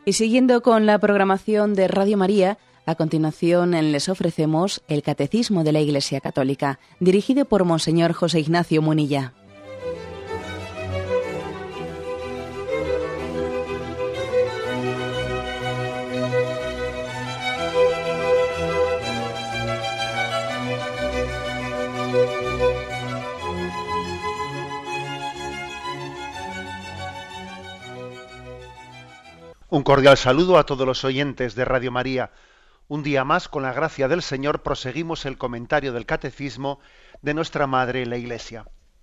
Y siguiendo con la programación de Radio María, a continuación les ofrecemos el Catecismo de la Iglesia Católica, dirigido por Monseñor José Ignacio Munilla. Un cordial saludo a todos los oyentes de Radio María. Un día más, con la gracia del Señor, proseguimos el comentario del Catecismo de nuestra Madre, la Iglesia.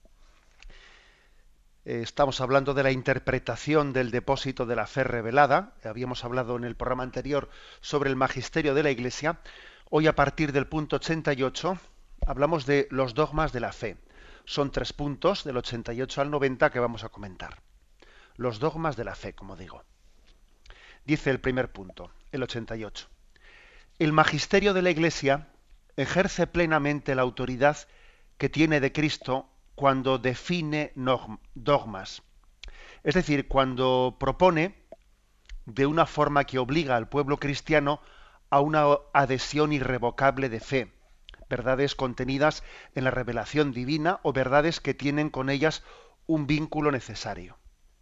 Estamos hablando de la interpretación del depósito de la fe revelada. Habíamos hablado en el programa anterior sobre el magisterio de la Iglesia. Hoy, a partir del punto 88, hablamos de los dogmas de la fe. Son 3 puntos, del 88 al 90, que vamos a comentar. Los dogmas de la fe, como digo. Dice el primer punto, el 88. El magisterio de la Iglesia ejerce plenamente la autoridad que tiene de Cristo cuando define dogmas. Es decir, cuando propone de una forma que obliga al pueblo cristiano a una adhesión irrevocable de fe, verdades contenidas en la revelación divina o verdades que tienen con ellas un vínculo necesario.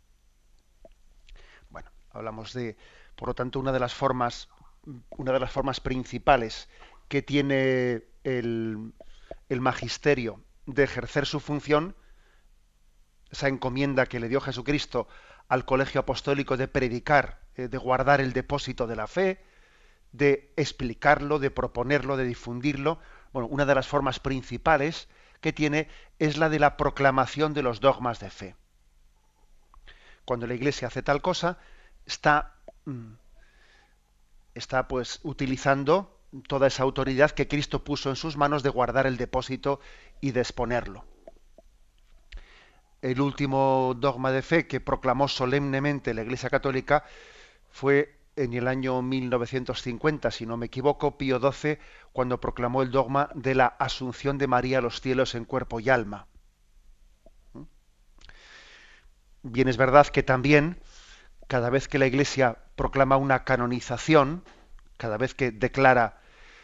Bueno, hablamos de, por lo tanto, una de las formas principales que tiene el magisterio de ejercer su función, esa encomienda que le dio Jesucristo al colegio apostólico de predicar, de guardar el depósito de la fe, de explicarlo, de proponerlo, de difundirlo. Bueno, una de las formas principales que tiene es la de la proclamación de los dogmas de fe. Cuando la Iglesia hace tal cosa, está pues utilizando toda esa autoridad que Cristo puso en sus manos de guardar el depósito y de exponerlo. El último dogma de fe que proclamó solemnemente la Iglesia Católica fue en el año 1950, si no me equivoco, Pío XII, cuando proclamó el dogma de la asunción de María a los cielos en cuerpo y alma. Bien, es verdad que también, cada vez que la Iglesia proclama una canonización, cada vez que declara,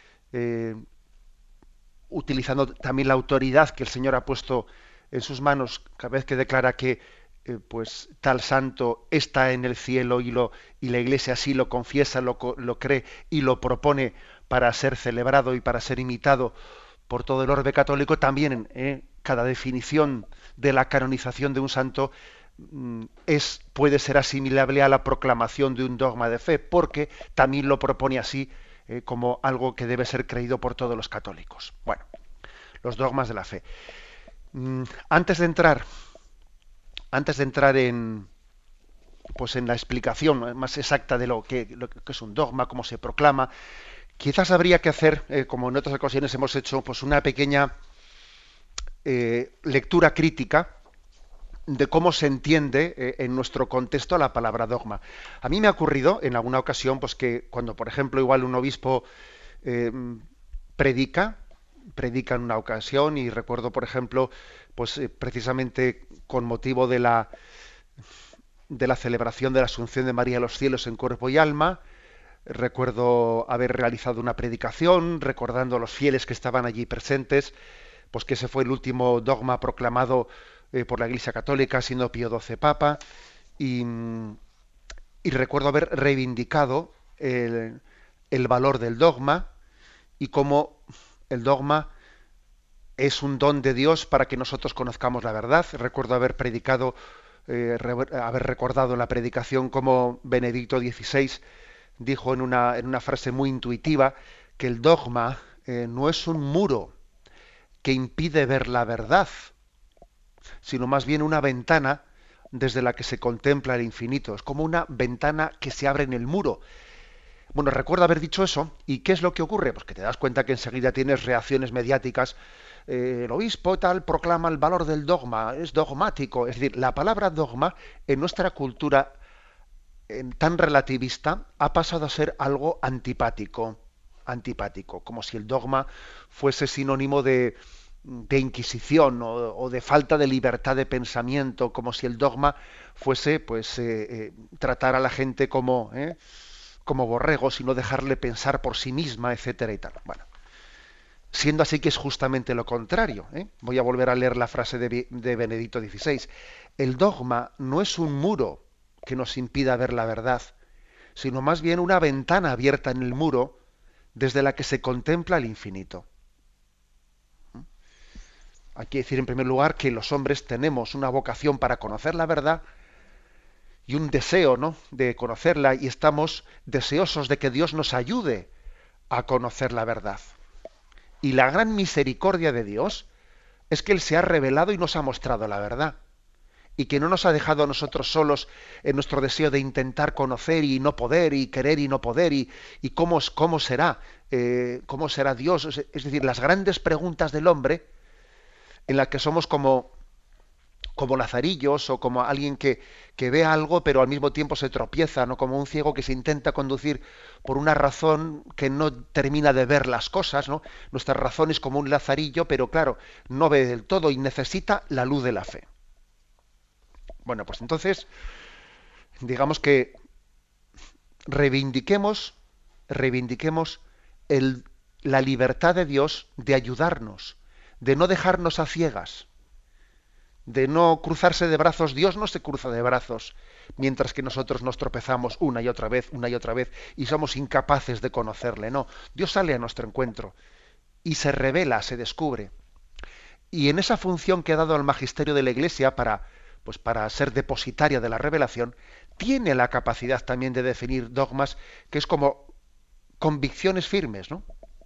utilizando también la autoridad que el Señor ha puesto en sus manos, cada vez que declara que pues tal santo está en el cielo y la Iglesia así lo confiesa, lo cree y lo propone para ser celebrado y para ser imitado por todo el orbe católico, también cada definición de la canonización de un santo puede ser asimilable a la proclamación de un dogma de fe, porque también lo propone así como algo que debe ser creído por todos los católicos. Bueno, los dogmas de la fe. Antes de entrar en la explicación más exacta de lo que es un dogma, cómo se proclama, quizás habría que hacer, como en otras ocasiones hemos hecho, pues una pequeña lectura crítica de cómo se entiende en nuestro contexto la palabra dogma. A mí me ha ocurrido en alguna ocasión pues que cuando, por ejemplo, igual un obispo predica en una ocasión, y recuerdo, por ejemplo, pues precisamente con motivo de la celebración de la Asunción de María a los cielos en cuerpo y alma, recuerdo haber realizado una predicación recordando a los fieles que estaban allí presentes, pues que ese fue el último dogma proclamado por la Iglesia Católica, siendo Pío XII Papa, y recuerdo haber reivindicado el valor del dogma y cómo el dogma es un don de Dios para que nosotros conozcamos la verdad. Recuerdo haber predicado, haber recordado en la predicación cómo Benedicto XVI dijo en una frase muy intuitiva que el dogma no es un muro que impide ver la verdad, sino más bien una ventana desde la que se contempla el infinito. Es como una ventana que se abre en el muro. Bueno, recuerdo haber dicho eso, ¿y qué es lo que ocurre? Pues que te das cuenta que enseguida tienes reacciones mediáticas. El obispo tal proclama el valor del dogma, es dogmático. Es decir, la palabra dogma en nuestra cultura tan relativista ha pasado a ser algo antipático, como si el dogma fuese sinónimo de de inquisición o de falta de libertad de pensamiento, como si el dogma fuese, pues, tratar a la gente como borregos y no dejarle pensar por sí misma, etcétera y tal. Bueno, siendo así que es justamente lo contrario. Voy a volver a leer la frase de Benedicto XVI. El dogma no es un muro que nos impida ver la verdad, sino más bien una ventana abierta en el muro desde la que se contempla el infinito. Hay que decir en primer lugar que los hombres tenemos una vocación para conocer la verdad y un deseo, ¿no?, de conocerla, y estamos deseosos de que Dios nos ayude a conocer la verdad. Y la gran misericordia de Dios es que Él se ha revelado y nos ha mostrado la verdad, y que no nos ha dejado a nosotros solos en nuestro deseo de intentar conocer y no poder, y querer y no poder, y cómo será Dios. Es decir, las grandes preguntas del hombre, en las que somos como lazarillos, o como alguien que ve algo pero al mismo tiempo se tropieza, ¿no? Como un ciego que se intenta conducir por una razón que no termina de ver las cosas, ¿no? Nuestra razón es como un lazarillo, pero claro, no ve del todo y necesita la luz de la fe. Bueno, pues entonces, digamos que reivindiquemos la libertad de Dios de ayudarnos, de no dejarnos a ciegas, de no cruzarse de brazos. Dios no se cruza de brazos, mientras que nosotros nos tropezamos una y otra vez, y somos incapaces de conocerle. No, Dios sale a nuestro encuentro y se revela, se descubre. Y en esa función que ha dado al magisterio de la Iglesia para ser depositaria de la revelación, tiene la capacidad también de definir dogmas, que es como convicciones firmes, ¿no?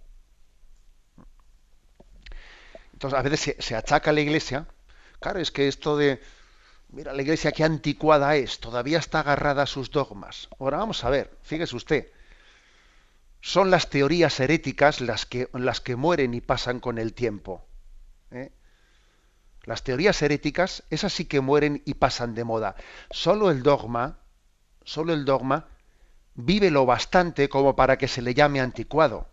Entonces, a veces se achaca a la Iglesia. Claro, es que esto de, mira, la Iglesia qué anticuada es, todavía está agarrada a sus dogmas. Ahora vamos a ver, fíjese usted, son las teorías heréticas las que mueren y pasan con el tiempo. Las teorías heréticas, esas sí que mueren y pasan de moda. Solo el dogma vive lo bastante como para que se le llame anticuado.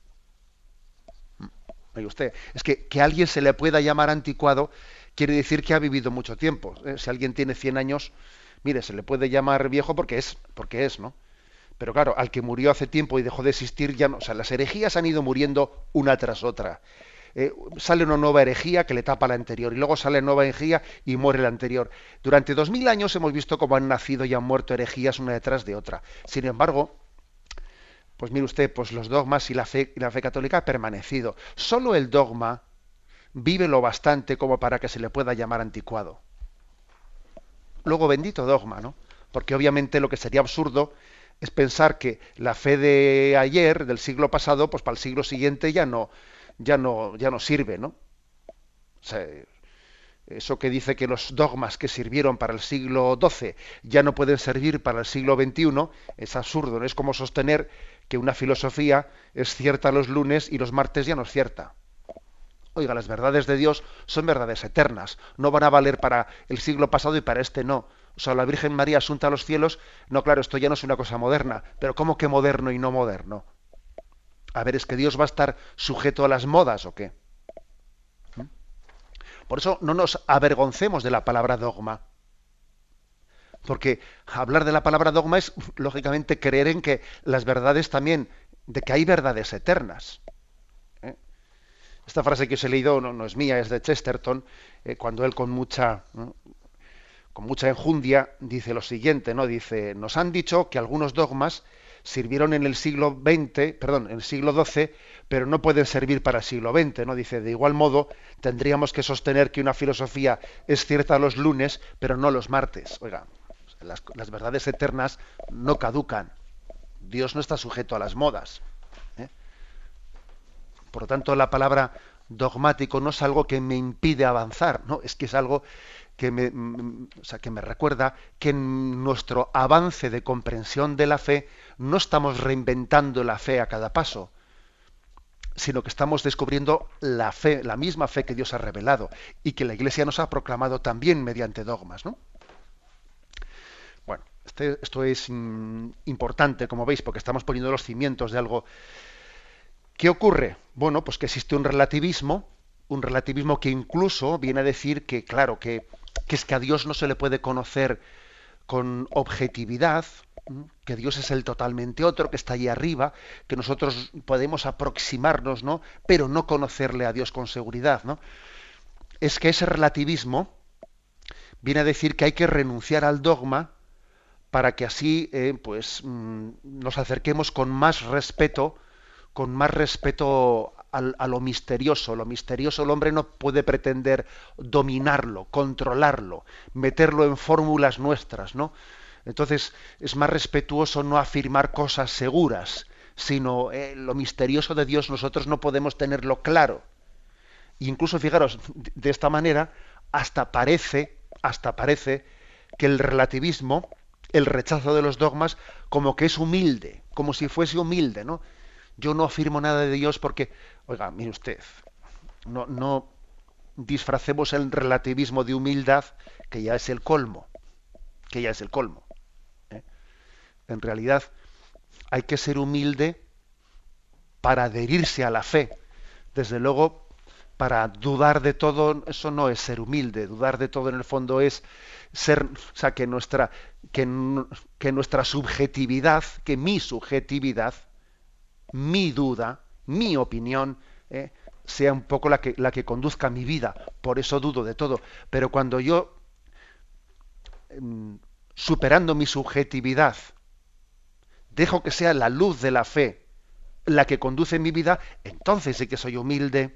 Oye usted, es que a alguien se le pueda llamar anticuado quiere decir que ha vivido mucho tiempo. Si alguien tiene 100 años, mire, se le puede llamar viejo porque es, ¿no? Pero claro, al que murió hace tiempo y dejó de existir, ya no. O sea, las herejías han ido muriendo una tras otra. Sale una nueva herejía que le tapa la anterior, y luego sale nueva herejía y muere la anterior. Durante 2000 años hemos visto cómo han nacido y han muerto herejías una detrás de otra. Sin embargo, pues mire usted, pues los dogmas y la fe católica ha permanecido. Solo el dogma vive lo bastante como para que se le pueda llamar anticuado. Luego, bendito dogma, ¿no? Porque obviamente lo que sería absurdo es pensar que la fe de ayer, del siglo pasado, pues para el siglo siguiente ya no sirve, ¿no? O sea, eso que dice que los dogmas que sirvieron para el siglo XII ya no pueden servir para el siglo XXI, es absurdo, ¿no? Es como sostener que una filosofía es cierta los lunes y los martes ya no es cierta. Oiga, las verdades de Dios son verdades eternas, no van a valer para el siglo pasado y para este no. O sea, la Virgen María asunta a los cielos, no, claro, esto ya no es una cosa moderna, pero ¿cómo que moderno y no moderno? A ver, ¿es que Dios va a estar sujeto a las modas o qué? Por eso no nos avergoncemos de la palabra dogma. Porque hablar de la palabra dogma es, lógicamente, creer en que las verdades también, de que hay verdades eternas. Esta frase que os he leído no es mía, es de Chesterton, cuando él con mucha enjundia dice lo siguiente, ¿no? Dice, nos han dicho que algunos dogmas sirvieron en el siglo XII, pero no pueden servir para el siglo XX, ¿no? Dice, de igual modo, tendríamos que sostener que una filosofía es cierta los lunes, pero no los martes. Oiga, las verdades eternas no caducan. Dios no está sujeto a las modas. Por lo tanto, la palabra dogmático no es algo que me impide avanzar, ¿no? Es que es algo que me recuerda que en nuestro avance de comprensión de la fe no estamos reinventando la fe a cada paso, sino que estamos descubriendo la fe, la misma fe que Dios ha revelado y que la Iglesia nos ha proclamado también mediante dogmas, ¿no? Bueno, esto es importante, como veis, porque estamos poniendo los cimientos de algo. ¿Qué ocurre? Bueno, pues que existe un relativismo un relativismo que incluso viene a decir que, claro, que es que a Dios no se le puede conocer con objetividad, que Dios es el totalmente otro, que está allí arriba, que nosotros podemos aproximarnos, ¿no? Pero no conocerle a Dios con seguridad, ¿no? Es que ese relativismo viene a decir que hay que renunciar al dogma para que así pues nos acerquemos con más respeto a lo misterioso. Lo misterioso el hombre no puede pretender dominarlo, controlarlo, meterlo en fórmulas nuestras, ¿no? Entonces es más respetuoso no afirmar cosas seguras, sino lo misterioso de Dios nosotros no podemos tenerlo claro. E incluso, fijaros, de esta manera, hasta parece que el relativismo, el rechazo de los dogmas, como que es humilde, como si fuese humilde, ¿no? Yo no afirmo nada de Dios porque, oiga, mire usted, no disfracemos el relativismo de humildad, que ya es el colmo, que ya es el colmo. ¿Eh? En realidad, hay que ser humilde para adherirse a la fe. Desde luego, para dudar de todo, eso no es ser humilde. Dudar de todo en el fondo es ser, o sea, que nuestra subjetividad, que mi subjetividad, mi duda, mi opinión, sea un poco la que conduzca mi vida. Por eso dudo de todo. Pero cuando yo, superando mi subjetividad, dejo que sea la luz de la fe la que conduce mi vida, entonces sí que soy humilde.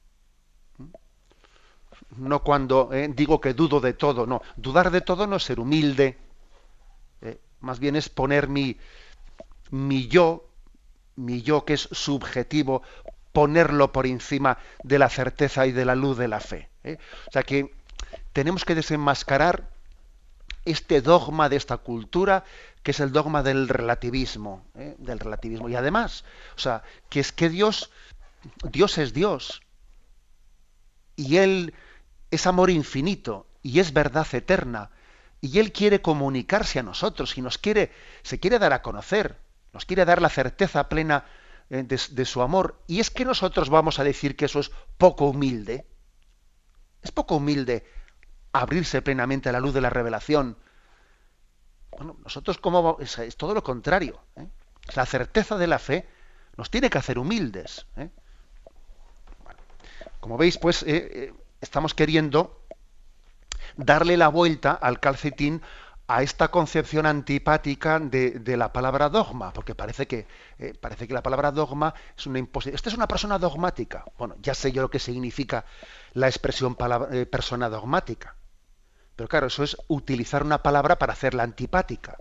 No cuando digo que dudo de todo, no. Dudar de todo no es ser humilde. Más bien es poner mi yo que es subjetivo, ponerlo por encima de la certeza y de la luz de la fe. O sea que tenemos que desenmascarar este dogma de esta cultura, que es el dogma del relativismo, del relativismo. Y además, o sea, que es que Dios es Dios. Y Él es amor infinito y es verdad eterna. Y Él quiere comunicarse a nosotros y se quiere dar a conocer, nos quiere dar la certeza plena de su amor. Y es que nosotros vamos a decir que eso es poco humilde. Es poco humilde abrirse plenamente a la luz de la revelación. Bueno, nosotros es todo lo contrario. La certeza de la fe nos tiene que hacer humildes. Bueno, como veis, pues estamos queriendo darle la vuelta al calcetín a esta concepción antipática de la palabra dogma, porque parece que la palabra dogma es una imposición. Esta es una persona dogmática. Bueno, ya sé yo lo que significa la expresión persona dogmática. Pero claro, eso es utilizar una palabra para hacerla antipática.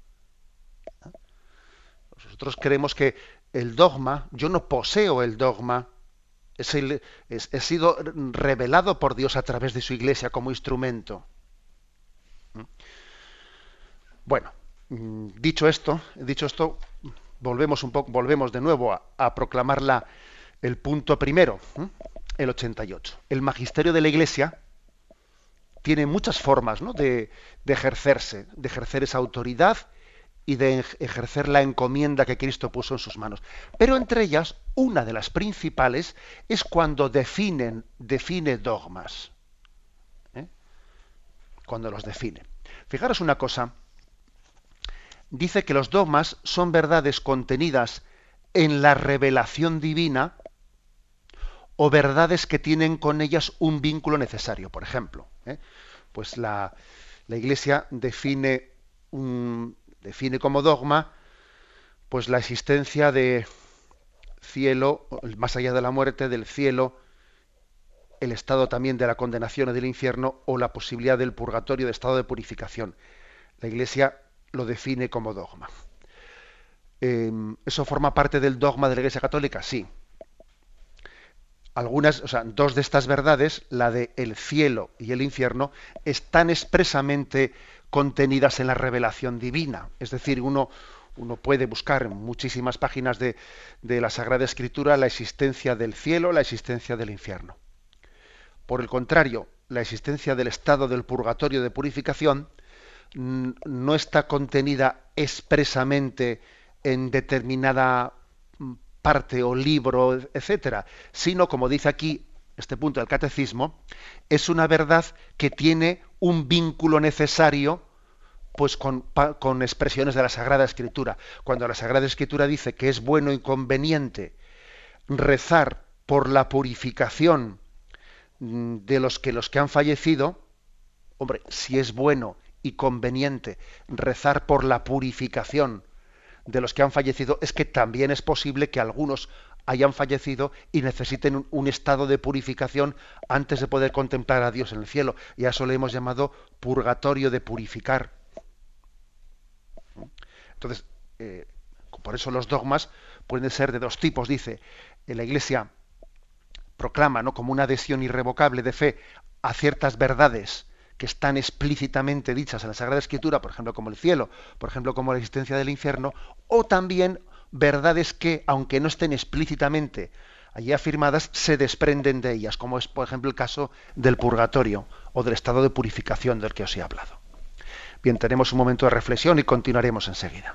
Nosotros creemos que el dogma, yo no poseo el dogma, he sido revelado por Dios a través de su Iglesia como instrumento. Bueno, dicho esto, volvemos de nuevo a proclamar el punto primero, el 88. El magisterio de la Iglesia tiene muchas formas, ¿no?, de ejercer esa autoridad y de ejercer la encomienda que Cristo puso en sus manos. Pero entre ellas, una de las principales es cuando define dogmas. Cuando los define. Fijaros una cosa. Dice que los dogmas son verdades contenidas en la revelación divina o verdades que tienen con ellas un vínculo necesario. Por ejemplo, pues la Iglesia define como dogma pues la existencia de cielo, más allá de la muerte, del cielo, el estado también de la condenación y del infierno, o la posibilidad del purgatorio, de estado de purificación. La Iglesia lo define como dogma. ¿Eso forma parte del dogma de la Iglesia Católica? Sí. Dos de estas verdades, la de el cielo y el infierno, están expresamente contenidas en la revelación divina. Es decir, uno puede buscar en muchísimas páginas de la Sagrada Escritura la existencia del cielo, la existencia del infierno. Por el contrario, la existencia del estado del purgatorio de purificación no está contenida expresamente en determinada parte o libro, etcétera, sino, como dice aquí este punto del catecismo, es una verdad que tiene un vínculo necesario pues con expresiones de la Sagrada Escritura. Cuando la Sagrada Escritura dice que es bueno y conveniente rezar por la purificación de los que han fallecido, hombre, si es bueno y conveniente rezar por la purificación de los que han fallecido, es que también es posible que algunos hayan fallecido y necesiten un estado de purificación antes de poder contemplar a Dios en el cielo. Y a eso le hemos llamado purgatorio de purificar. Entonces, por eso los dogmas pueden ser de dos tipos. Dice, la Iglesia proclama, ¿no?, como una adhesión irrevocable de fe a ciertas verdades que están explícitamente dichas en la Sagrada Escritura, por ejemplo, como el cielo, por ejemplo, como la existencia del infierno, o también verdades que, aunque no estén explícitamente allí afirmadas, se desprenden de ellas, como es, por ejemplo, el caso del purgatorio o del estado de purificación del que os he hablado. Bien, tenemos un momento de reflexión y continuaremos enseguida.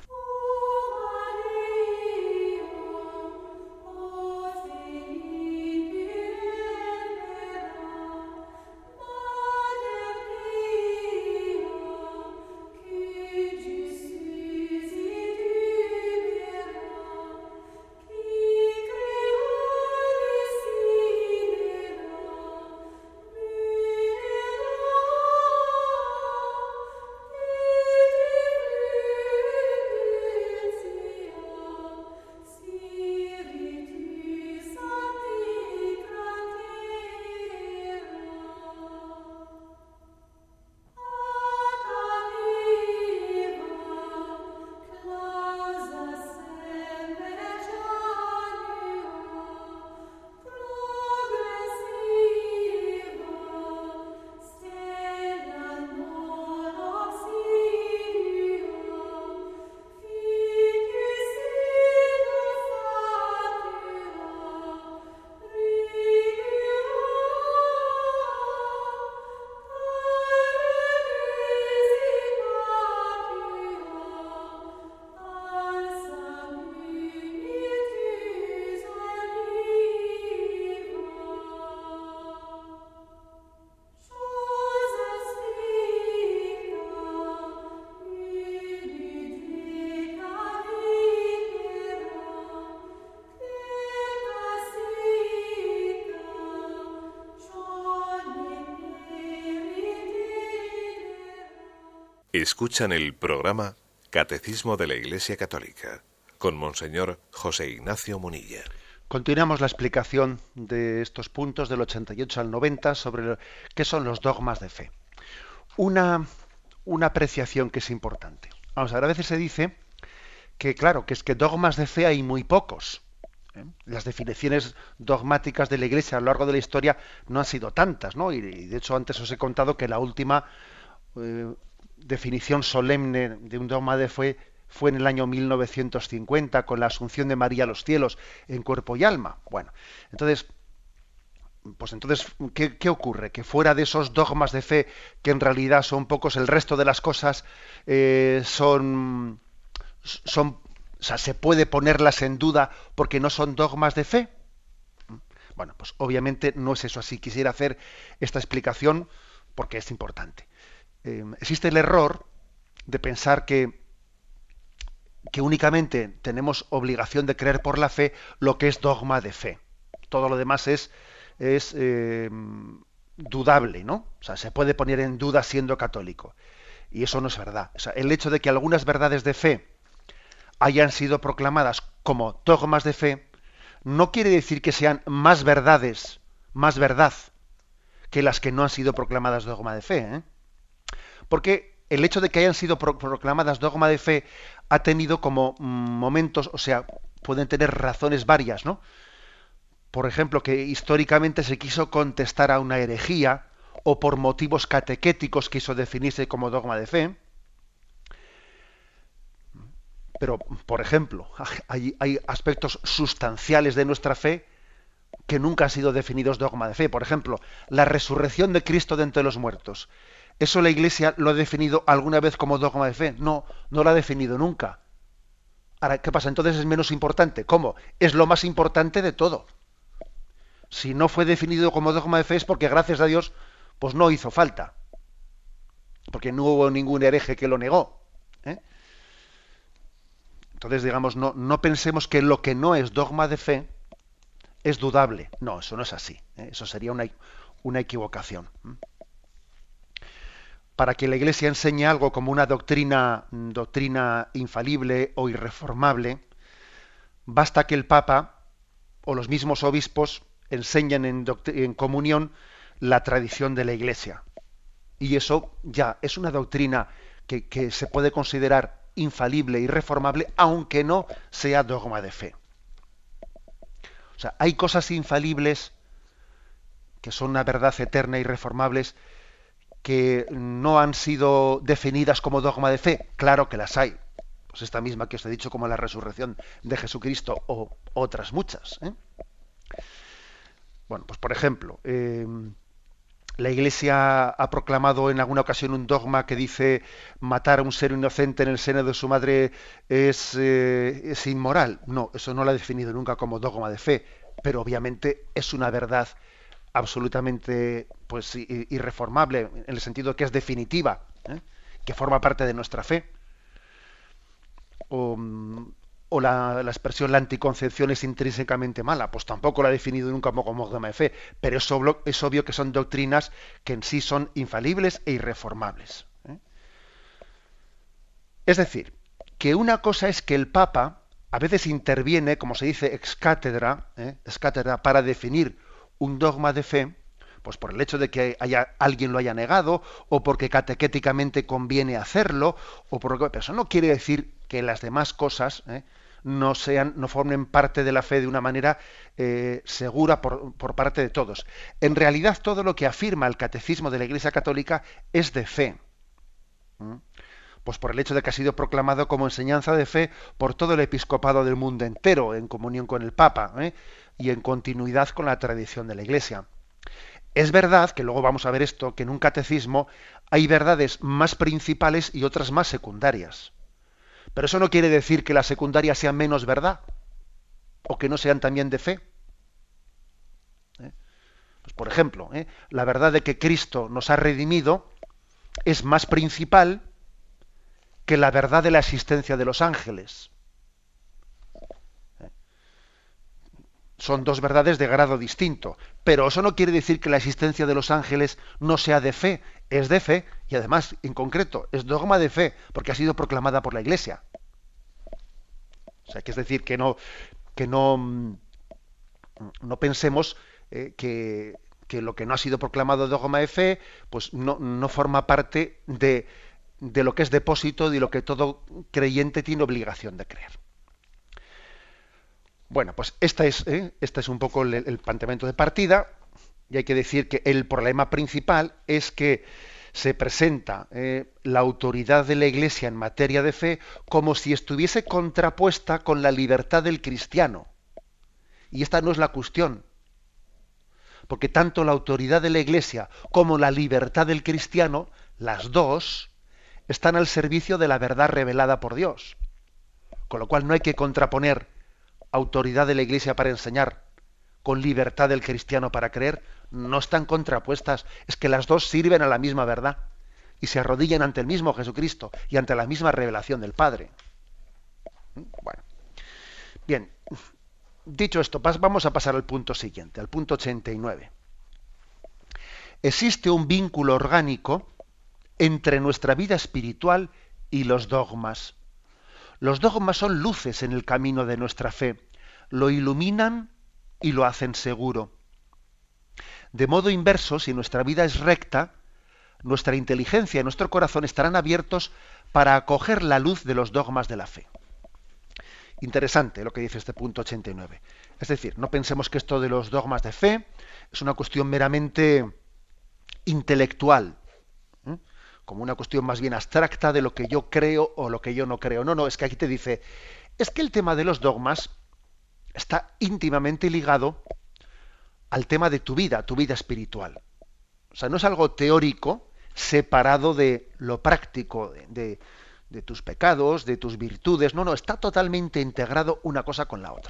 Escuchan el programa Catecismo de la Iglesia Católica con Monseñor José Ignacio Munilla. Continuamos la explicación de estos puntos del 88 al 90 sobre qué son los dogmas de fe. Una apreciación que es importante. Vamos a ver, a veces se dice que, claro, que es que dogmas de fe hay muy pocos. Las definiciones dogmáticas de la Iglesia a lo largo de la historia no han sido tantas, ¿no? Y de hecho antes os he contado que la última definición solemne de un dogma de fe fue en el año 1950 con la Asunción de María a los cielos en cuerpo y alma. Bueno, entonces, ¿qué ocurre? Que fuera de esos dogmas de fe, que en realidad son pocos, el resto de las cosas o sea, se puede ponerlas en duda porque no son dogmas de fe. Bueno, pues obviamente no es eso así. Quisiera hacer esta explicación porque es importante. Existe el error de pensar que únicamente tenemos obligación de creer por la fe lo que es dogma de fe. Todo lo demás es dudable, ¿no? O sea, se puede poner en duda siendo católico. Y eso no es verdad. O sea, el hecho de que algunas verdades de fe hayan sido proclamadas como dogmas de fe no quiere decir que sean más verdad que las que no han sido proclamadas dogma de fe, ¿eh? Porque el hecho de que hayan sido proclamadas dogma de fe ha tenido como momentos, o sea, pueden tener razones varias, ¿no? Por ejemplo, que históricamente se quiso contestar a una herejía o por motivos catequéticos quiso definirse como dogma de fe. Pero, por ejemplo, hay aspectos sustanciales de nuestra fe que nunca han sido definidos dogma de fe. Por ejemplo, la resurrección de Cristo de entre los muertos. ¿Eso la Iglesia lo ha definido alguna vez como dogma de fe? No, no lo ha definido nunca. Ahora, ¿qué pasa? Entonces es menos importante. ¿Cómo? Es lo más importante de todo. Si no fue definido como dogma de fe es porque, gracias a Dios, pues no hizo falta. Porque no hubo ningún hereje que lo negó. ¿Eh? Entonces, digamos, no pensemos que lo que no es dogma de fe es dudable. No, eso no es así. Eso sería una equivocación. Para que la Iglesia enseñe algo como una doctrina infalible o irreformable, basta que el Papa o los mismos obispos enseñen en comunión la tradición de la Iglesia. Y eso ya es una doctrina que se puede considerar infalible y irreformable, aunque no sea dogma de fe. O sea, hay cosas infalibles que son una verdad eterna y irreformables que no han sido definidas como dogma de fe. Claro que las hay. Pues esta misma que os he dicho, como la resurrección de Jesucristo, o otras muchas. Bueno, pues por ejemplo, la Iglesia ha proclamado en alguna ocasión un dogma que dice matar a un ser inocente en el seno de su madre es inmoral. No, eso no lo ha definido nunca como dogma de fe, pero obviamente es una verdad absolutamente pues irreformable, en el sentido que es definitiva, que forma parte de nuestra fe. O la expresión la anticoncepción es intrínsecamente mala, pues tampoco la ha definido nunca como dogma de fe, pero es obvio que son doctrinas que en sí son infalibles e irreformables. Es decir, que una cosa es que el Papa a veces interviene, como se dice, ex cátedra, para definir un dogma de fe, pues por el hecho de que alguien lo haya negado, o porque catequéticamente conviene hacerlo, pero eso no quiere decir que las demás cosas no formen parte de la fe de una manera segura por parte de todos. En realidad, todo lo que afirma el catecismo de la Iglesia Católica es de fe. Pues por el hecho de que ha sido proclamado como enseñanza de fe por todo el episcopado del mundo entero, en comunión con el Papa, y en continuidad con la tradición de la Iglesia. Es verdad, que luego vamos a ver esto, que en un catecismo hay verdades más principales y otras más secundarias. Pero eso no quiere decir que las secundarias sean menos verdad, o que no sean también de fe. Pues por ejemplo, la verdad de que Cristo nos ha redimido es más principal que la verdad de la existencia de los ángeles. Son dos verdades de grado distinto, pero eso no quiere decir que la existencia de los ángeles no sea de fe. Es de fe, y además, en concreto, es dogma de fe, porque ha sido proclamada por la Iglesia. O sea, que es decir, que no pensemos que lo que no ha sido proclamado dogma de fe, pues no forma parte de lo que es depósito, de lo que todo creyente tiene obligación de creer. Bueno, pues este es un poco el planteamiento de partida, y hay que decir que el problema principal es que se presenta la autoridad de la Iglesia en materia de fe como si estuviese contrapuesta con la libertad del cristiano. Y esta no es la cuestión, porque tanto la autoridad de la Iglesia como la libertad del cristiano, las dos, están al servicio de la verdad revelada por Dios. Con lo cual no hay que contraponer autoridad de la Iglesia para enseñar con libertad del cristiano para creer. No están contrapuestas, es que las dos sirven a la misma verdad y se arrodillan ante el mismo Jesucristo y ante la misma revelación del Padre. Bueno, bien, dicho esto, vamos a pasar al punto siguiente, al punto 89. Existe un vínculo orgánico entre nuestra vida espiritual y los dogmas. Los dogmas son luces en el camino de nuestra fe, lo iluminan y lo hacen seguro. De modo inverso, si nuestra vida es recta, nuestra inteligencia y nuestro corazón estarán abiertos para acoger la luz de los dogmas de la fe. Interesante lo que dice este punto 89. Es decir, no pensemos que esto de los dogmas de fe es una cuestión meramente intelectual, como una cuestión más bien abstracta de lo que yo creo o lo que yo no creo. No, es que aquí te dice, es que el tema de los dogmas está íntimamente ligado al tema de tu vida espiritual. O sea, no es algo teórico separado de lo práctico, de tus pecados, de tus virtudes. No, está totalmente integrado una cosa con la otra.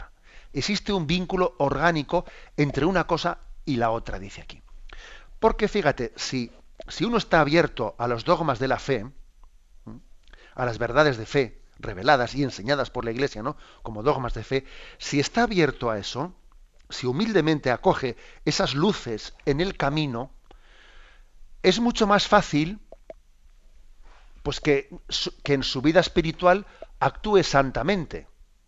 Existe un vínculo orgánico entre una cosa y la otra, dice aquí. Porque fíjate, si uno está abierto a los dogmas de la fe, a las verdades de fe reveladas y enseñadas por la Iglesia, ¿no?, como dogmas de fe, si está abierto a eso, si humildemente acoge esas luces en el camino, es mucho más fácil pues que en su vida espiritual actúe santamente.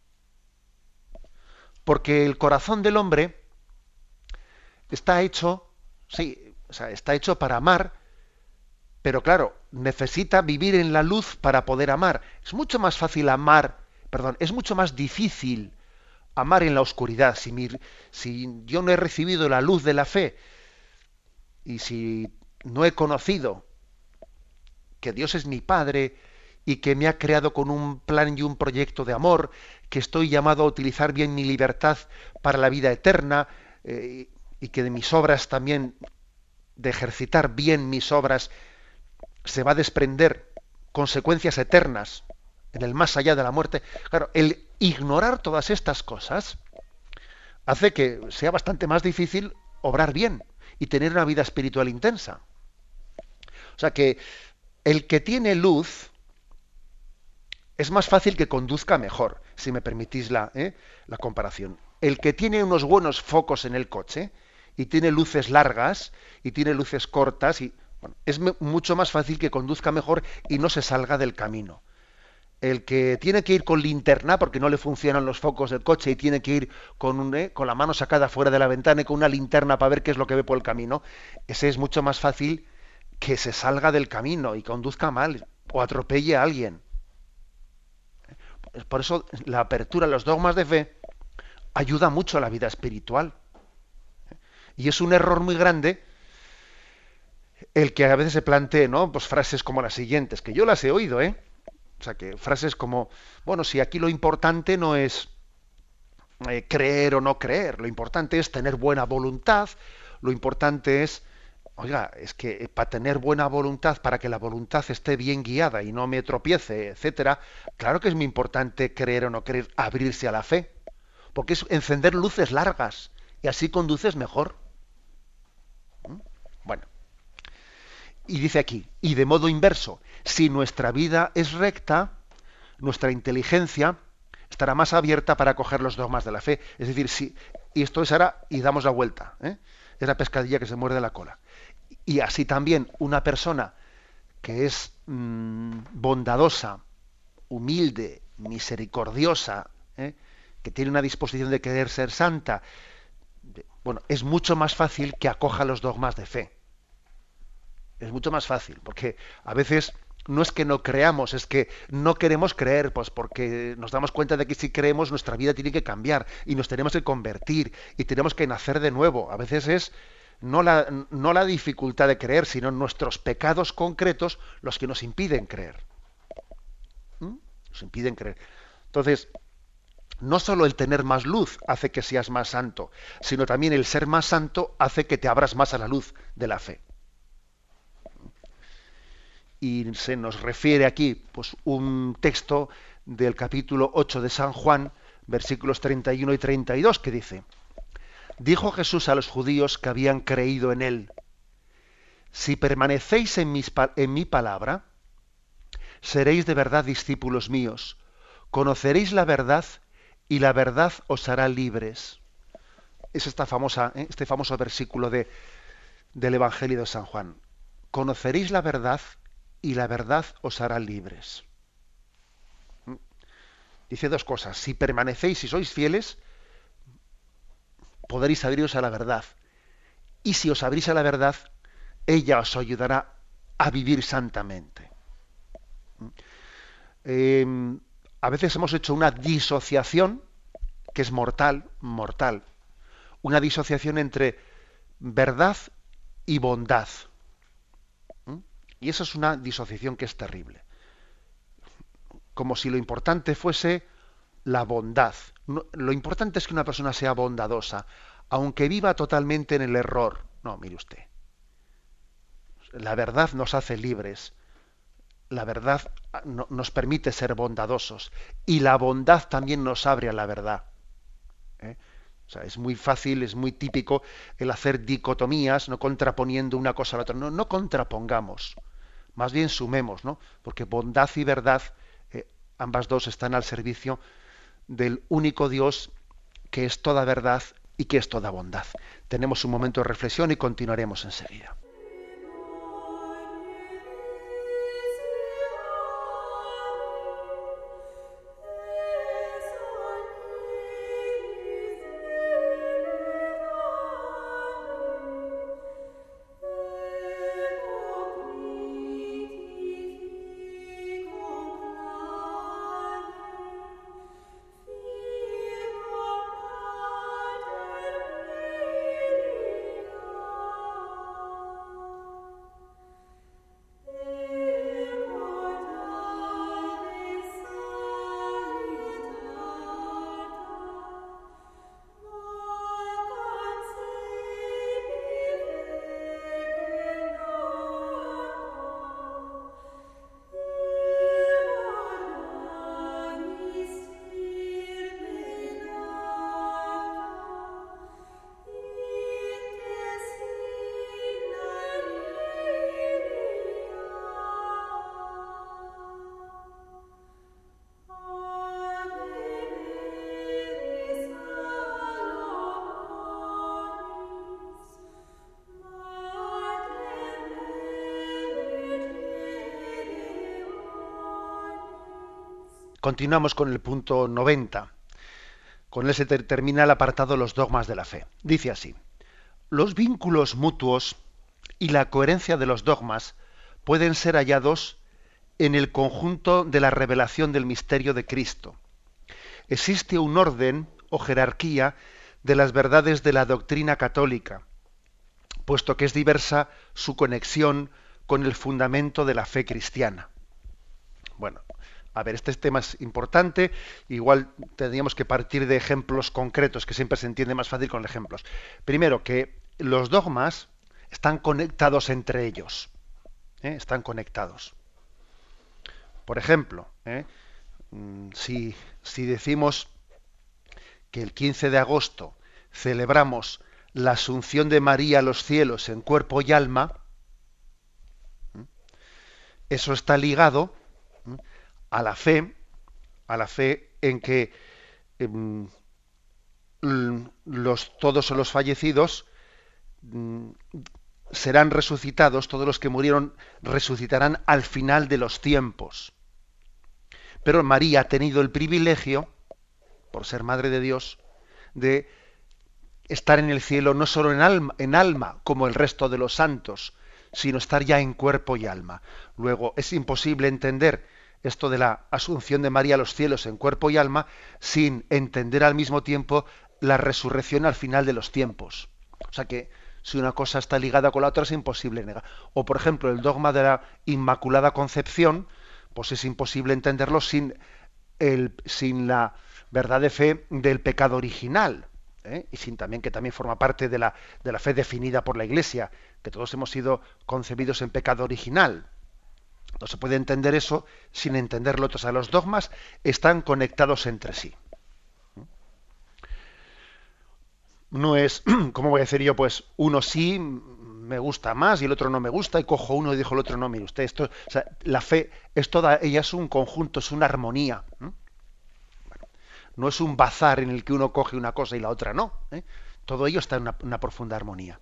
Porque el corazón del hombre está hecho, sí, o sea, está hecho para amar, pero claro, necesita vivir en la luz para poder amar. Es mucho más fácil amar, perdón, es mucho más difícil amar en la oscuridad. Si yo no he recibido la luz de la fe y si no he conocido que Dios es mi Padre y que me ha creado con un plan y un proyecto de amor, que estoy llamado a utilizar bien mi libertad para la vida eterna, y que de mis obras también, de ejercitar bien mis obras, se va a desprender consecuencias eternas en el más allá de la muerte. Claro, el ignorar todas estas cosas hace que sea bastante más difícil obrar bien y tener una vida espiritual intensa. O sea que el que tiene luz es más fácil que conduzca mejor, si me permitís la comparación. El que tiene unos buenos focos en el coche y tiene luces largas y tiene luces cortas, es mucho más fácil que conduzca mejor y no se salga del camino. El que tiene que ir con linterna porque no le funcionan los focos del coche y tiene que ir con la mano sacada fuera de la ventana y con una linterna para ver qué es lo que ve por el camino, ese es mucho más fácil que se salga del camino y conduzca mal o atropelle a alguien. Por eso la apertura a los dogmas de fe ayuda mucho a la vida espiritual. Y es un error muy grande el que a veces se plantee, ¿no?, pues frases como las siguientes, que yo las he oído, O sea, que frases como, bueno, si aquí lo importante no es creer o no creer, lo importante es tener buena voluntad, lo importante es, oiga, es que para tener buena voluntad, para que la voluntad esté bien guiada y no me tropiece, etcétera, claro que es muy importante creer o no creer, abrirse a la fe, porque es encender luces largas y así conduces mejor. Bueno, y dice aquí, y de modo inverso, si nuestra vida es recta, nuestra inteligencia estará más abierta para acoger los dogmas de la fe. Es decir, y esto es ahora, y damos la vuelta, es la pescadilla que se muerde la cola. Y así también una persona que es bondadosa, humilde, misericordiosa, que tiene una disposición de querer ser santa, bueno, es mucho más fácil que acoja los dogmas de fe. Es mucho más fácil, porque a veces no es que no creamos, es que no queremos creer, pues porque nos damos cuenta de que si creemos nuestra vida tiene que cambiar y nos tenemos que convertir y tenemos que nacer de nuevo. A veces es no la dificultad de creer, sino nuestros pecados concretos los que nos impiden creer. Nos impiden creer. Entonces, no solo el tener más luz hace que seas más santo, sino también el ser más santo hace que te abras más a la luz de la fe. Y se nos refiere aquí pues un texto del capítulo 8 de San Juan, versículos 31 y 32, que dice: dijo Jesús a los judíos que habían creído en él: si permanecéis en mi palabra, seréis de verdad discípulos míos, conoceréis la verdad y la verdad os hará libres. Es este famoso versículo del Evangelio de San Juan. Conoceréis la verdad y la verdad os hará libres. Dice dos cosas: si permanecéis y sois fieles, podréis abriros a la verdad. Y si os abrís a la verdad, ella os ayudará a vivir santamente. A veces hemos hecho una disociación que es mortal, una disociación entre verdad y bondad. Y esa es una disociación que es terrible. Como si lo importante fuese la bondad. Lo importante es que una persona sea bondadosa, aunque viva totalmente en el error. No, mire usted. La verdad nos hace libres. La verdad nos permite ser bondadosos. Y la bondad también nos abre a la verdad. O sea, es muy fácil, es muy típico el hacer dicotomías, no contraponiendo una cosa a la otra. No, no contrapongamos, más bien sumemos, ¿no? Porque bondad y verdad, ambas dos están al servicio del único Dios que es toda verdad y que es toda bondad. Tenemos un momento de reflexión y continuaremos enseguida. Continuamos con el punto 90. Con él se termina el apartado Los dogmas de la fe. Dice así: los vínculos mutuos y la coherencia de los dogmas pueden ser hallados en el conjunto de la revelación del misterio de Cristo. Existe un orden o jerarquía de las verdades de la doctrina católica, puesto que es diversa su conexión con el fundamento de la fe cristiana. Bueno, a ver, este tema es importante, igual tendríamos que partir de ejemplos concretos, que siempre se entiende más fácil con ejemplos. Primero, que los dogmas están conectados entre ellos, están conectados. Por ejemplo, si decimos que el 15 de agosto celebramos la Asunción de María a los cielos en cuerpo y alma, eso está ligado a la fe en que todos los fallecidos serán resucitados, todos los que murieron resucitarán al final de los tiempos. Pero María ha tenido el privilegio, por ser Madre de Dios, de estar en el cielo no solo en alma como el resto de los santos, sino estar ya en cuerpo y alma. Luego, es imposible entender esto de la Asunción de María a los cielos en cuerpo y alma sin entender al mismo tiempo la resurrección al final de los tiempos. O sea que si una cosa está ligada con la otra es imposible negar. O por ejemplo el dogma de la Inmaculada Concepción, pues es imposible entenderlo sin la verdad de fe del pecado original, y sin también que también forma parte de la fe definida por la Iglesia, que todos hemos sido concebidos en pecado original. No se puede entender eso sin entender lo otro. O sea, los dogmas están conectados entre sí. No es, ¿cómo voy a decir yo? Pues uno sí me gusta más y el otro no me gusta, y cojo uno y dijo el otro no, mire usted, esto, o sea, la fe es toda, ella es un conjunto, es una armonía. Bueno, no es un bazar en el que uno coge una cosa y la otra no. Todo ello está en una profunda armonía.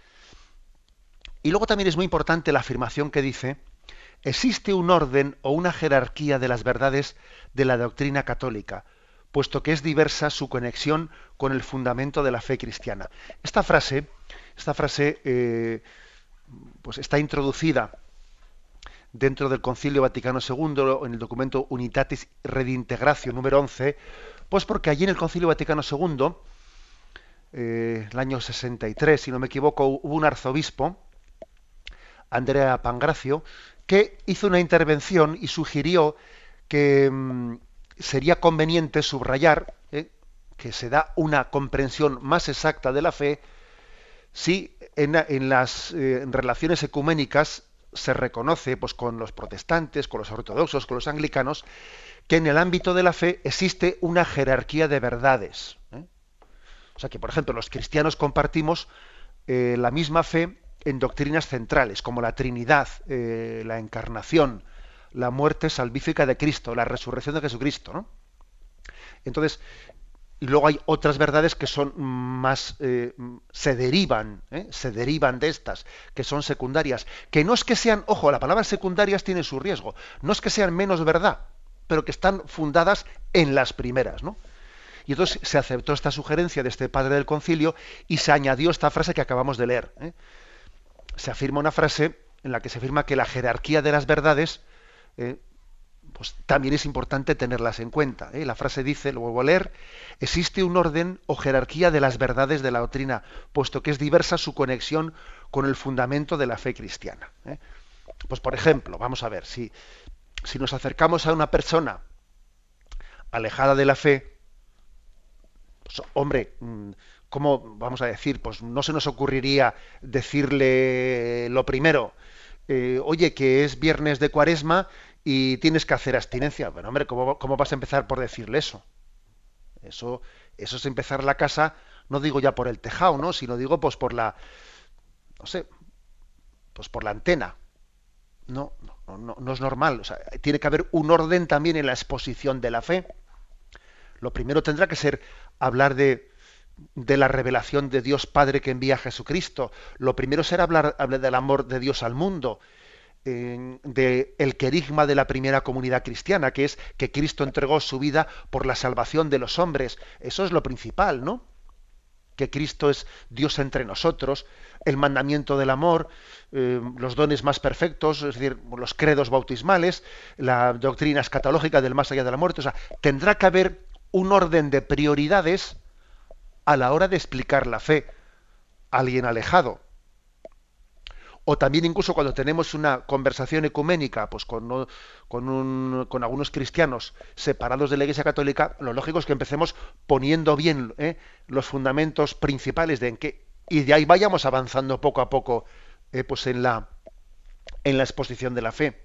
Y luego también es muy importante la afirmación que dice: existe un orden o una jerarquía de las verdades de la doctrina católica, puesto que es diversa su conexión con el fundamento de la fe cristiana. Esta frase pues está introducida dentro del Concilio Vaticano II, en el documento Unitatis Redintegratio número 11, pues porque allí en el Concilio Vaticano II, el año 63, si no me equivoco, hubo un arzobispo, Andrea Pangracio, que hizo una intervención y sugirió que sería conveniente subrayar que se da una comprensión más exacta de la fe si en las relaciones ecuménicas se reconoce, pues, con los protestantes, con los ortodoxos, con los anglicanos, que en el ámbito de la fe existe una jerarquía de verdades. O sea que, por ejemplo, los cristianos compartimos la misma fe en doctrinas centrales, como la Trinidad, la Encarnación, la muerte salvífica de Cristo, la resurrección de Jesucristo, ¿no? Entonces, luego hay otras verdades que son más, se derivan de estas, que son secundarias, que no es que sean, ojo, la palabra secundarias tiene su riesgo, no es que sean menos verdad, pero que están fundadas en las primeras, ¿no? Y entonces se aceptó esta sugerencia de este padre del concilio y se añadió esta frase que acabamos de leer. Se afirma una frase en la que se afirma que la jerarquía de las verdades pues también es importante tenerlas en cuenta. La frase dice, lo vuelvo a leer: existe un orden o jerarquía de las verdades de la doctrina, puesto que es diversa su conexión con el fundamento de la fe cristiana. Pues por ejemplo, vamos a ver, si nos acercamos a una persona alejada de la fe, pues, hombre, ¿cómo vamos a decir? Pues no se nos ocurriría decirle lo primero, oye, que es viernes de Cuaresma y tienes que hacer abstinencia. Bueno, hombre, ¿cómo vas a empezar por decirle eso? Eso es empezar la casa, no digo ya por el tejado, ¿no? Sino digo pues por la, no sé, pues por la antena. No es normal. O sea, tiene que haber un orden también en la exposición de la fe. Lo primero tendrá que ser hablar de la revelación de Dios Padre que envía a Jesucristo. Lo primero será hablar del amor de Dios al mundo, de el querigma de la primera comunidad cristiana, que es que Cristo entregó su vida por la salvación de los hombres. Eso es lo principal, ¿no? Que Cristo es Dios entre nosotros, el mandamiento del amor, los dones más perfectos, es decir, los credos bautismales, la doctrina escatológica del más allá de la muerte. O sea, tendrá que haber un orden de prioridades a la hora de explicar la fe a alguien alejado. O también incluso cuando tenemos una conversación ecuménica pues con algunos cristianos separados de la Iglesia Católica, lo lógico es que empecemos poniendo bien los fundamentos principales y de ahí vayamos avanzando poco a poco pues en la exposición de la fe.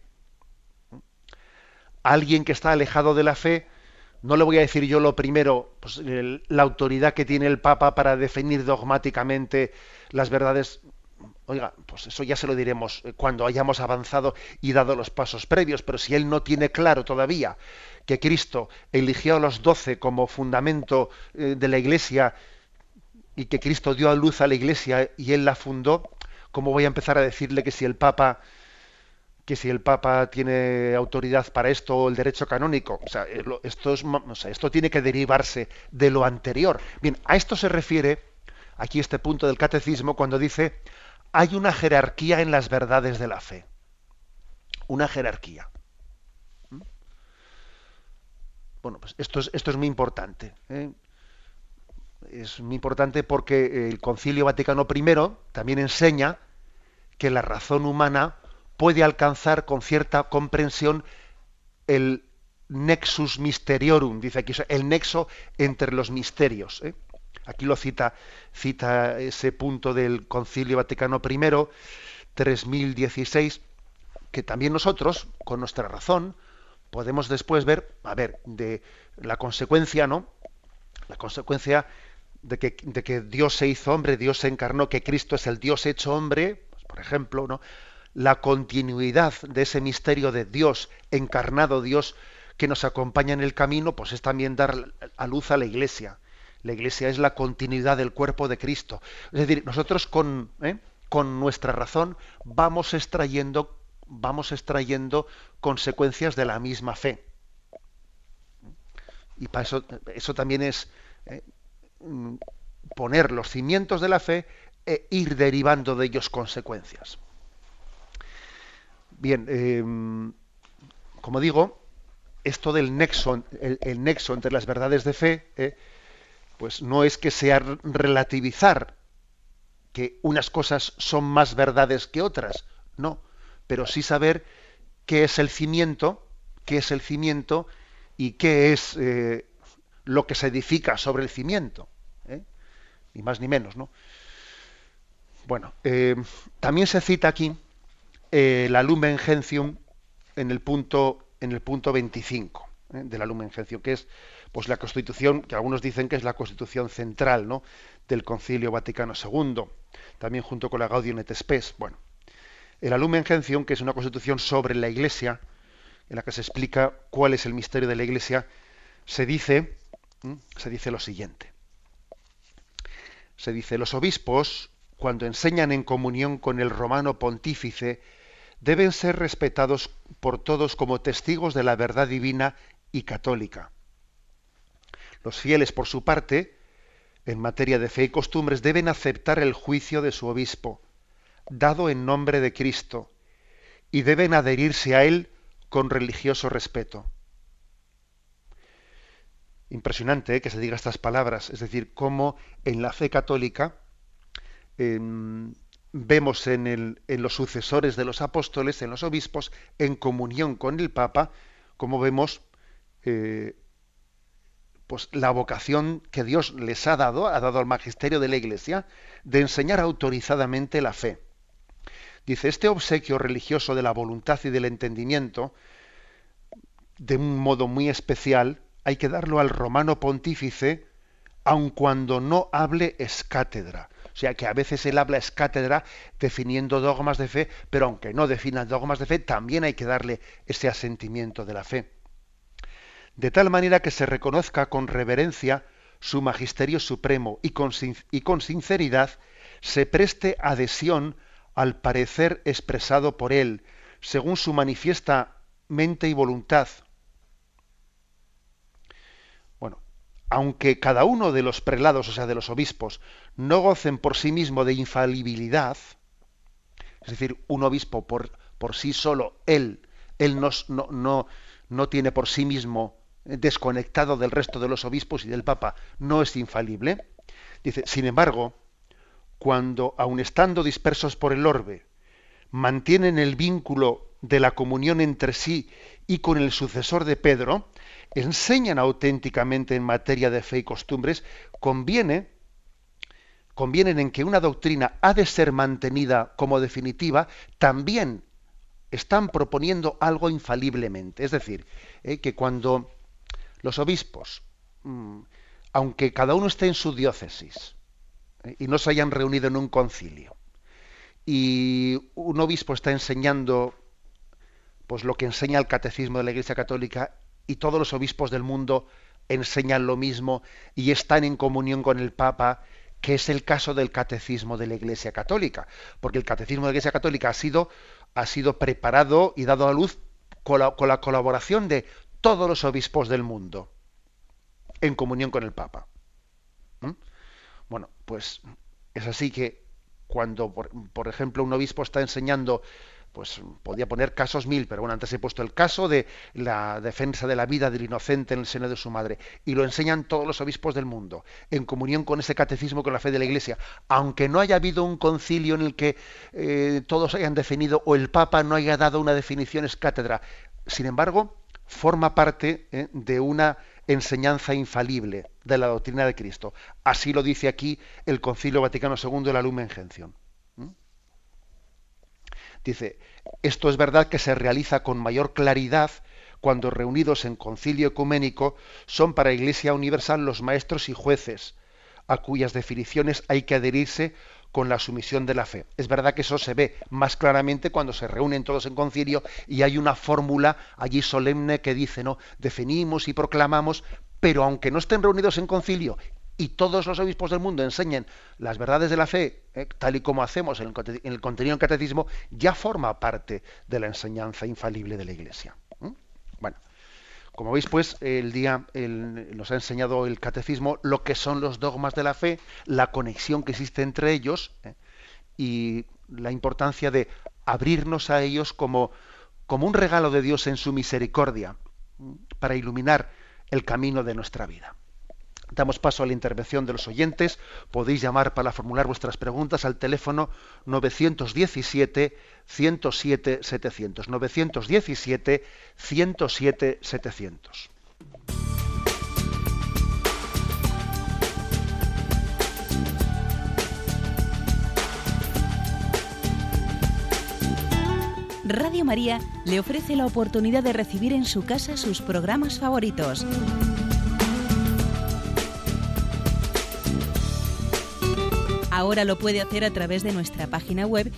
Alguien que está alejado de la fe, no le voy a decir yo lo primero, pues, la autoridad que tiene el Papa para definir dogmáticamente las verdades. Oiga, pues eso ya se lo diremos cuando hayamos avanzado y dado los pasos previos, pero si él no tiene claro todavía que Cristo eligió a los 12 como fundamento de la Iglesia y que Cristo dio a luz a la Iglesia y él la fundó, ¿cómo voy a empezar a decirle que si el Papa tiene autoridad para esto o el derecho canónico? O sea, esto tiene que derivarse de lo anterior. Bien, a esto se refiere aquí este punto del catecismo cuando dice: hay una jerarquía en las verdades de la fe. Una jerarquía. Bueno, pues esto es muy importante. Es muy importante porque el Concilio Vaticano I también enseña que la razón humana puede alcanzar con cierta comprensión el nexus mysteriorum, dice aquí, el nexo entre los misterios. Aquí lo cita ese punto del Concilio Vaticano I, 3016, que también nosotros, con nuestra razón, podemos después ver, de la consecuencia, ¿no? La consecuencia de que Dios se hizo hombre, Dios se encarnó, que Cristo es el Dios hecho hombre, pues, por ejemplo, ¿no? La continuidad de ese misterio de Dios encarnado, Dios que nos acompaña en el camino, pues es también dar a luz a la Iglesia. La Iglesia es la continuidad del cuerpo de Cristo. Es decir, nosotros con nuestra razón vamos extrayendo consecuencias de la misma fe. Y para eso también es poner los cimientos de la fe e ir derivando de ellos consecuencias. Bien, como digo, esto del nexo, el nexo entre las verdades de fe, pues no es que sea relativizar que unas cosas son más verdades que otras, no, pero sí saber qué es el cimiento y qué es lo que se edifica sobre el cimiento, ni más ni menos, ¿no? Bueno, también se cita aquí la Lumen Gentium en el punto 25 de la Lumen Gentium, que es, pues la Constitución, que algunos dicen que es la Constitución central, ¿no?, del Concilio Vaticano II, también junto con la Gaudium et Spes. Bueno, el Lumen Gentium, que es una Constitución sobre la Iglesia, en la que se explica cuál es el misterio de la Iglesia, se dice lo siguiente. Se dice: los obispos, cuando enseñan en comunión con el romano pontífice, deben ser respetados por todos como testigos de la verdad divina y católica. Los fieles, por su parte, en materia de fe y costumbres, deben aceptar el juicio de su obispo, dado en nombre de Cristo, y deben adherirse a él con religioso respeto. Impresionante, que se diga estas palabras, es decir, cómo en la fe católica vemos en los sucesores de los apóstoles, en los obispos, en comunión con el Papa, cómo vemos pues la vocación que Dios les ha dado al magisterio de la Iglesia, de enseñar autorizadamente la fe. Dice: este obsequio religioso de la voluntad y del entendimiento, de un modo muy especial, hay que darlo al romano pontífice, aun cuando no hable ex cátedra. O sea, que a veces él habla ex cátedra definiendo dogmas de fe, pero aunque no defina dogmas de fe, también hay que darle ese asentimiento de la fe. De tal manera que se reconozca con reverencia su magisterio supremo y con sinceridad se preste adhesión al parecer expresado por él, según su manifiesta mente y voluntad. Bueno, aunque cada uno de los prelados, o sea, de los obispos, no gocen por sí mismo de infalibilidad, es decir, un obispo por sí solo, él no tiene por sí mismo, desconectado del resto de los obispos y del Papa, no es infalible. Dice: sin embargo, cuando, aun estando dispersos por el orbe, mantienen el vínculo de la comunión entre sí y con el sucesor de Pedro, enseñan auténticamente en materia de fe y costumbres, convienen en que una doctrina ha de ser mantenida como definitiva, también están proponiendo algo infaliblemente. Es decir, que cuando los obispos, aunque cada uno esté en su diócesis y no se hayan reunido en un concilio, y un obispo está enseñando pues lo que enseña el catecismo de la Iglesia Católica, y todos los obispos del mundo enseñan lo mismo y están en comunión con el Papa, que es el caso del catecismo de la Iglesia Católica, porque el catecismo de la Iglesia Católica ha sido preparado y dado a luz con la colaboración de todos los obispos del mundo, en comunión con el Papa. Bueno, pues es así que cuando, por ejemplo, un obispo está enseñando, pues podía poner casos mil, pero bueno, antes he puesto el caso de la defensa de la vida del inocente en el seno de su madre, y lo enseñan todos los obispos del mundo, en comunión con ese catecismo, con la fe de la Iglesia, aunque no haya habido un concilio en el que todos hayan definido, o el Papa no haya dado una definición ex cátedra. Sin embargo, forma parte de una enseñanza infalible de la doctrina de Cristo. Así lo dice aquí el Concilio Vaticano II de la Lumen Gentium. Dice: esto es verdad que se realiza con mayor claridad cuando reunidos en concilio ecuménico son para la Iglesia Universal los maestros y jueces, a cuyas definiciones hay que adherirse con la sumisión de la fe. Es verdad que eso se ve más claramente cuando se reúnen todos en concilio y hay una fórmula allí solemne que dice, ¿no?, definimos y proclamamos, pero aunque no estén reunidos en concilio y todos los obispos del mundo enseñen las verdades de la fe, tal y como hacemos en el contenido del catecismo, ya forma parte de la enseñanza infalible de la Iglesia. Bueno, como veis, pues, nos ha enseñado el catecismo lo que son los dogmas de la fe, la conexión que existe entre ellos, y la importancia de abrirnos a ellos como un regalo de Dios en su misericordia, para iluminar el camino de nuestra vida. Damos paso a la intervención de los oyentes. Podéis llamar para formular vuestras preguntas al teléfono 917-107-700. 917-107-700. Radio María le ofrece la oportunidad de recibir en su casa sus programas favoritos. Ahora lo puede hacer a través de nuestra página web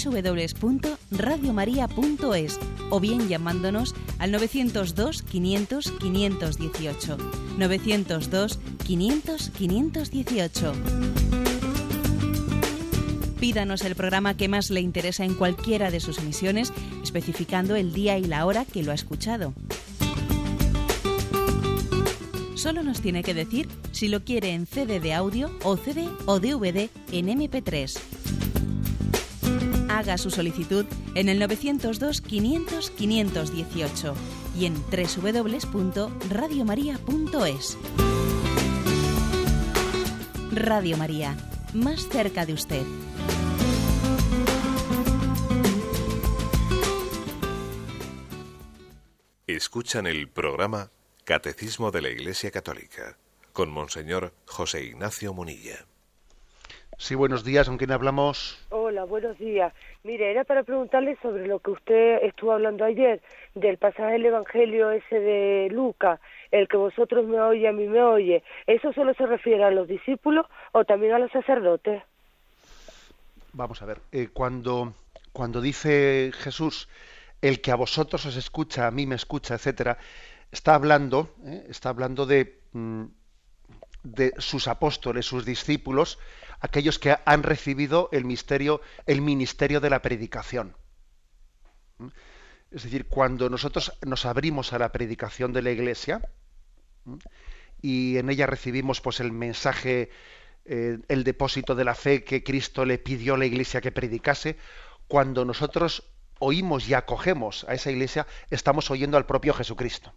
www.radiomaria.es o bien llamándonos al 902 500 518. 902 500 518. Pídanos el programa que más le interesa en cualquiera de sus emisiones, especificando el día y la hora que lo ha escuchado. Solo nos tiene que decir si lo quiere en CD de audio o CD o DVD en MP3. Haga su solicitud en el 902 500 518 y en www.radiomaria.es. Radio María, más cerca de usted. Escuchan el programa Catecismo de la Iglesia Católica con Monseñor José Ignacio Munilla. Sí, buenos días, ¿con quién hablamos? Hola, buenos días. Mire, era para preguntarle sobre lo que usted estuvo hablando ayer, del pasaje del Evangelio ese de Lucas, el que vosotros me oye, a mí me oye. ¿Eso solo se refiere a los discípulos o también a los sacerdotes? Vamos a ver, cuando dice Jesús, el que a vosotros os escucha, a mí me escucha, etcétera, está hablando de sus apóstoles, sus discípulos, aquellos que han recibido el ministerio de la predicación. Es decir, cuando nosotros nos abrimos a la predicación de la Iglesia y en ella recibimos pues el mensaje, el depósito de la fe que Cristo le pidió a la Iglesia que predicase, cuando nosotros oímos y acogemos a esa Iglesia, estamos oyendo al propio Jesucristo.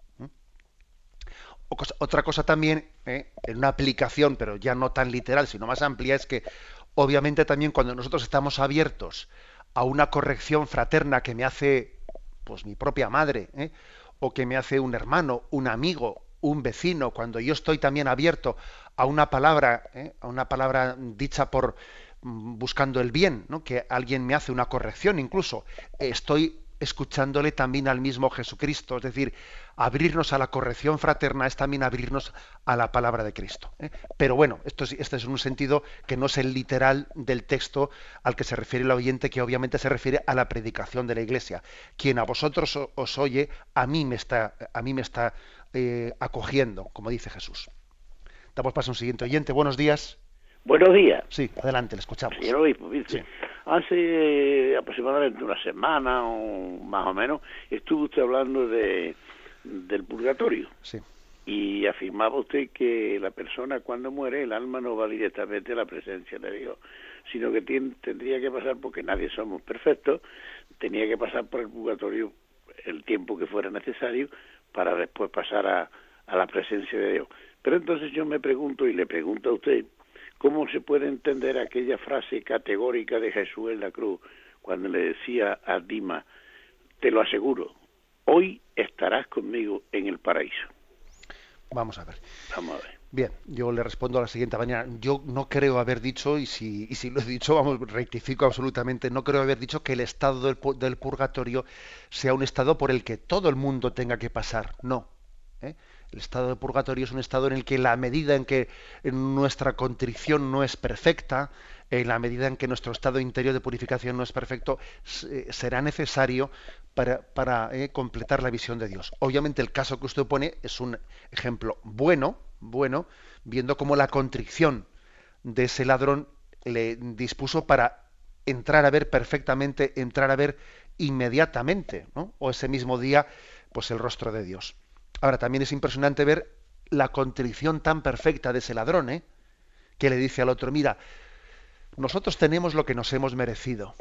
Otra cosa también, en una aplicación, pero ya no tan literal, sino más amplia, es que obviamente también cuando nosotros estamos abiertos a una corrección fraterna que me hace pues mi propia madre, o que me hace un hermano, un amigo, un vecino, cuando yo estoy también abierto a una palabra dicha por buscando el bien, ¿no? Que alguien me hace una corrección, incluso estoy escuchándole también al mismo Jesucristo. Es decir, abrirnos a la corrección fraterna es también abrirnos a la palabra de Cristo. Pero bueno, este es un sentido que no es el literal del texto al que se refiere el oyente, que obviamente se refiere a la predicación de la Iglesia. Quien a vosotros os oye, a mí me está acogiendo, como dice Jesús. Damos paso a un siguiente oyente. Buenos días. Buenos días. Sí, adelante, le escuchamos. Señor obispo, Sí. Hace aproximadamente una semana o más o menos estuvo usted hablando del purgatorio. Sí. Y afirmaba usted que la persona cuando muere, el alma no va directamente a la presencia de Dios, sino que tendría que pasar, porque nadie somos perfectos, tenía que pasar por el purgatorio el tiempo que fuera necesario para después pasar a la presencia de Dios. Pero entonces yo me pregunto, y le pregunto a usted, ¿cómo se puede entender aquella frase categórica de Jesús en la cruz cuando le decía a Dima, te lo aseguro, hoy estarás conmigo en el paraíso? Vamos a ver. Vamos a ver. Bien, yo le respondo a la siguiente manera. Yo no creo haber dicho, y si lo he dicho, vamos, rectifico absolutamente, no creo haber dicho que el estado del purgatorio sea un estado por el que todo el mundo tenga que pasar. No. El estado de purgatorio es un estado en el que la medida en que nuestra contrición no es perfecta, en la medida en que nuestro estado interior de purificación no es perfecto, será necesario para completar la visión de Dios. Obviamente el caso que usted pone es un ejemplo bueno, viendo cómo la contrición de ese ladrón le dispuso para entrar a ver perfectamente, entrar a ver inmediatamente, ¿no? O ese mismo día, pues el rostro de Dios. Ahora, también es impresionante ver la contrición tan perfecta de ese ladrón, que le dice al otro, mira, nosotros tenemos lo que nos hemos merecido.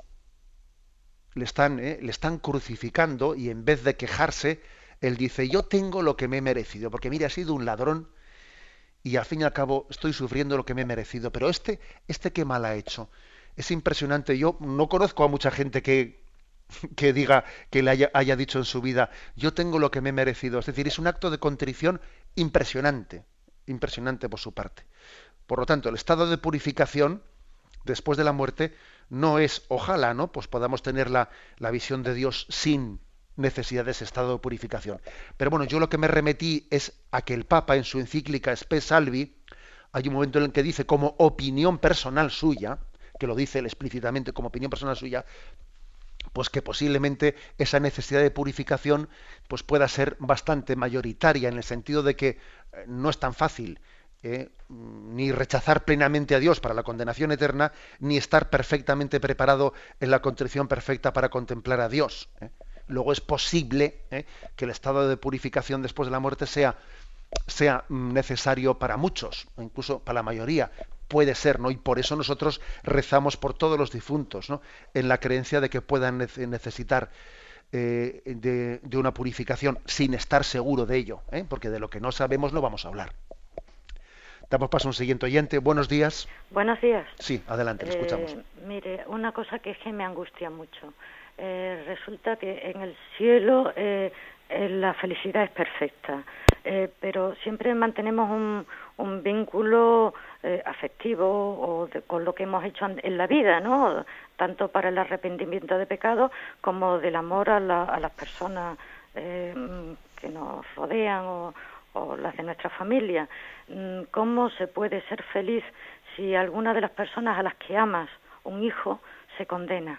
Le están crucificando y en vez de quejarse, él dice, yo tengo lo que me he merecido, porque mira, he sido un ladrón y al fin y al cabo estoy sufriendo lo que me he merecido, pero este qué mal ha hecho. Es impresionante, yo no conozco a mucha gente que diga, que le haya dicho en su vida, yo tengo lo que me he merecido. Es decir, es un acto de contrición impresionante por su parte. Por lo tanto, el estado de purificación después de la muerte no es, ojalá, ¿no? Pues podamos tener la visión de Dios sin necesidad de ese estado de purificación. Pero bueno, yo lo que me remetí es a que el Papa en su encíclica Spe Salvi Hay un momento en el que dice como opinión personal suya, que lo dice él explícitamente como opinión personal suya, pues que posiblemente esa necesidad de purificación pues pueda ser bastante mayoritaria, en el sentido de que no es tan fácil ni rechazar plenamente a Dios para la condenación eterna, ni estar perfectamente preparado en la contrición perfecta para contemplar a Dios. Luego es posible que el estado de purificación después de la muerte sea necesario para muchos, o incluso para la mayoría. Puede ser, ¿no? Y por eso nosotros rezamos por todos los difuntos, ¿no? En la creencia de que puedan necesitar de una purificación sin estar seguro de ello, porque de lo que no sabemos no vamos a hablar. Damos paso a un siguiente oyente. Buenos días. Buenos días. Sí, adelante, le escuchamos. Mire, una cosa que es que me angustia mucho. Resulta que en el cielo la felicidad es perfecta, pero siempre mantenemos un vínculo afectivo con lo que hemos hecho en la vida, ¿no? Tanto para el arrepentimiento de pecado como del amor a las personas que nos rodean o las de nuestra familia. ¿Cómo se puede ser feliz si alguna de las personas a las que amas, un hijo, se condena?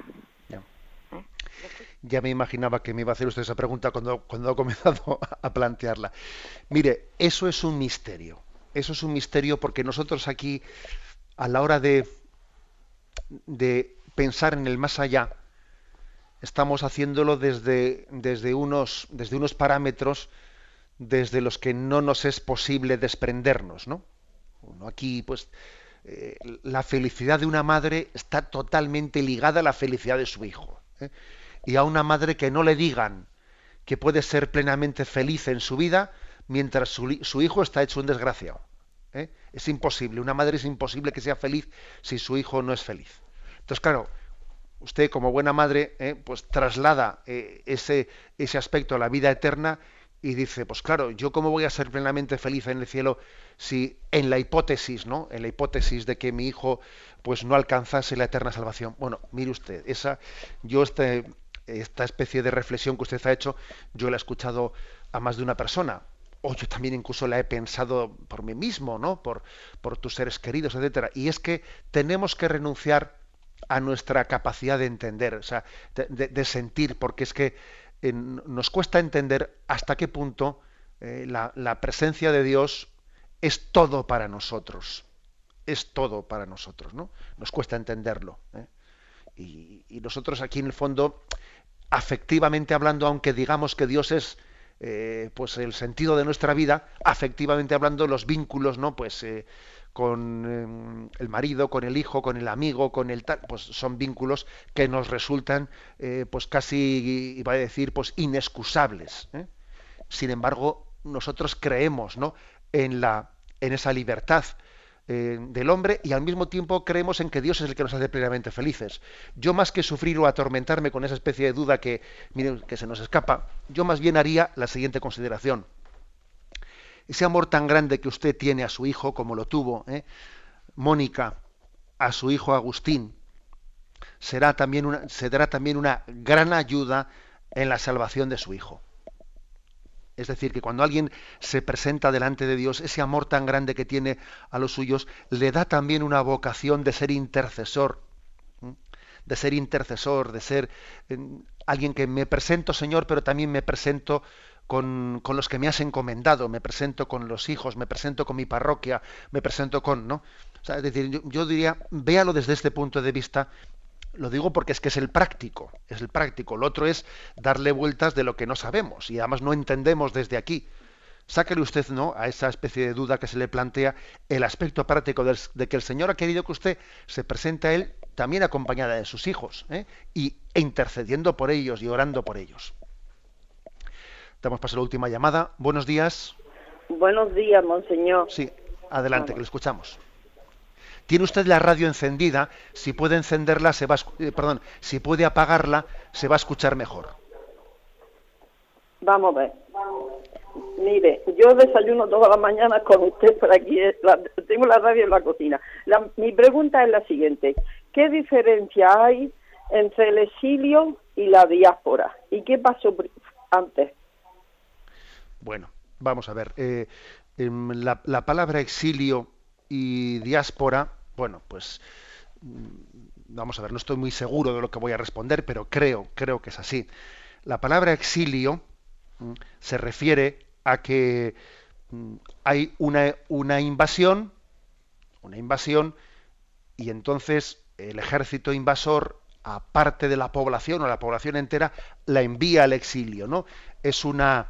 Ya me imaginaba que me iba a hacer usted esa pregunta cuando ha comenzado a plantearla. Mire, eso es un misterio. Eso es un misterio porque nosotros aquí, a la hora de pensar en el más allá, estamos haciéndolo desde unos parámetros desde los que no nos es posible desprendernos, ¿no? Uno aquí, pues, la felicidad de una madre está totalmente ligada a la felicidad de su hijo. Y a una madre que no le digan que puede ser plenamente feliz en su vida mientras su hijo está hecho un desgraciado. Es imposible, una madre es imposible que sea feliz si su hijo no es feliz. Entonces, claro, usted como buena madre pues traslada ese aspecto a la vida eterna y dice, pues claro, yo cómo voy a ser plenamente feliz en el cielo si en la hipótesis, ¿no? En la hipótesis de que mi hijo pues no alcanzase la eterna salvación. Bueno, mire usted, esta especie de reflexión que usted ha hecho, yo la he escuchado a más de una persona, o yo también incluso la he pensado por mí mismo, ¿no? Por tus seres queridos, etcétera. Y es que tenemos que renunciar a nuestra capacidad de entender, o sea, de sentir, porque es que nos cuesta entender hasta qué punto la presencia de Dios es todo para nosotros. Es todo para nosotros, ¿no? Nos cuesta entenderlo. Y nosotros aquí en el fondo, afectivamente hablando, aunque digamos que Dios es pues el sentido de nuestra vida, afectivamente hablando, los vínculos, ¿no? Pues con el marido, con el hijo, con el amigo, con el tal, pues son vínculos que nos resultan pues casi, iba a decir, pues inexcusables. Sin embargo, nosotros creemos, ¿no? en esa libertad del hombre, y al mismo tiempo creemos en que Dios es el que nos hace plenamente felices. Yo, más que sufrir o atormentarme con esa especie de duda que se nos escapa, yo más bien haría la siguiente consideración. Ese amor tan grande que usted tiene a su hijo, como lo tuvo Mónica a su hijo Agustín, será también una gran ayuda en la salvación de su hijo. Es decir, que cuando alguien se presenta delante de Dios, ese amor tan grande que tiene a los suyos, le da también una vocación de ser intercesor, de ser alguien que me presento, Señor, pero también me presento con los que me has encomendado, me presento con los hijos, me presento con mi parroquia, me presento con, ¿no? O sea, es decir, yo diría, véalo desde este punto de vista. Lo digo porque es que es el práctico. Lo otro es darle vueltas de lo que no sabemos y además no entendemos desde aquí. Sáquele usted, ¿no?, a esa especie de duda que se le plantea el aspecto práctico de que el Señor ha querido que usted se presente a Él también acompañada de sus hijos, e intercediendo por ellos y orando por ellos. Damos paso a la última llamada. Buenos días. Buenos días, monseñor. Sí, adelante, que le escuchamos. Tiene usted la radio encendida, si puede encenderla, si puede apagarla, se va a escuchar mejor. Vamos a ver. Mire, yo desayuno todas las mañanas con usted por aquí, tengo la radio en la cocina. Mi pregunta es la siguiente: ¿qué diferencia hay entre el exilio y la diáspora? ¿Y qué pasó antes? Bueno, vamos a ver. La palabra exilio y diáspora, bueno, pues vamos a ver, no estoy muy seguro de lo que voy a responder, pero creo que es así. La palabra exilio se refiere a que hay una invasión, y entonces el ejército invasor, aparte de la población o la población entera, la envía al exilio, ¿no? Es una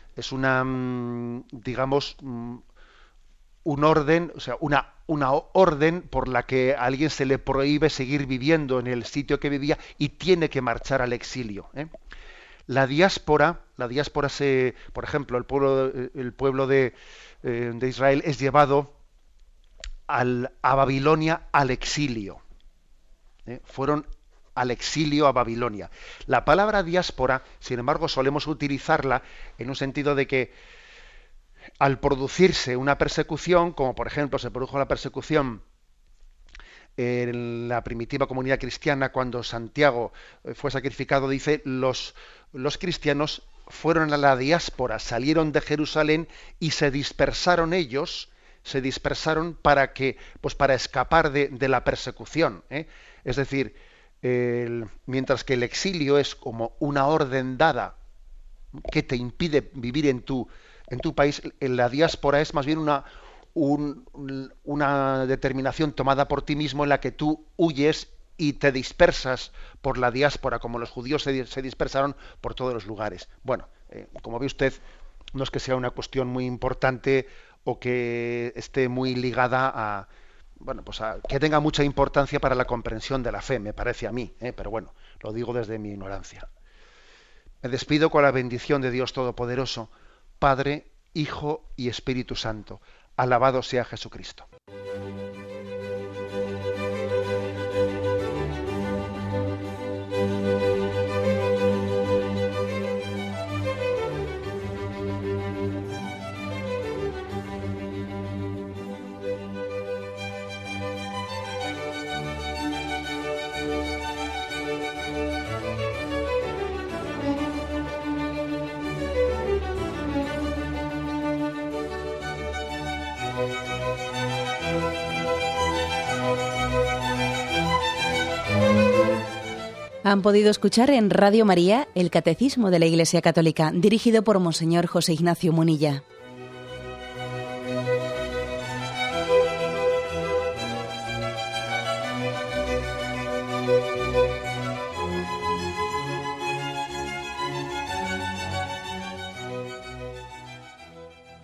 digamos, un orden, o sea, una orden por la que a alguien se le prohíbe seguir viviendo en el sitio que vivía y tiene que marchar al exilio. La diáspora por ejemplo, el pueblo de Israel es llevado a Babilonia al exilio. Fueron al exilio a Babilonia. La palabra diáspora, sin embargo, solemos utilizarla en un sentido de que al producirse una persecución, como por ejemplo se produjo la persecución en la primitiva comunidad cristiana cuando Santiago fue sacrificado, dice, los cristianos fueron a la diáspora, salieron de Jerusalén y se dispersaron para escapar de la persecución. Es decir, mientras que el exilio es como una orden dada que te impide vivir en tu país, en la diáspora es más bien una determinación tomada por ti mismo en la que tú huyes y te dispersas por la diáspora, como los judíos se dispersaron por todos los lugares. Bueno, como ve usted, no es que sea una cuestión muy importante o que esté muy ligada a que tenga mucha importancia para la comprensión de la fe, me parece a mí, pero bueno, lo digo desde mi ignorancia. Me despido con la bendición de Dios Todopoderoso, Padre, Hijo y Espíritu Santo. Alabado sea Jesucristo. Han podido escuchar en Radio María el Catecismo de la Iglesia Católica, dirigido por Monseñor José Ignacio Munilla.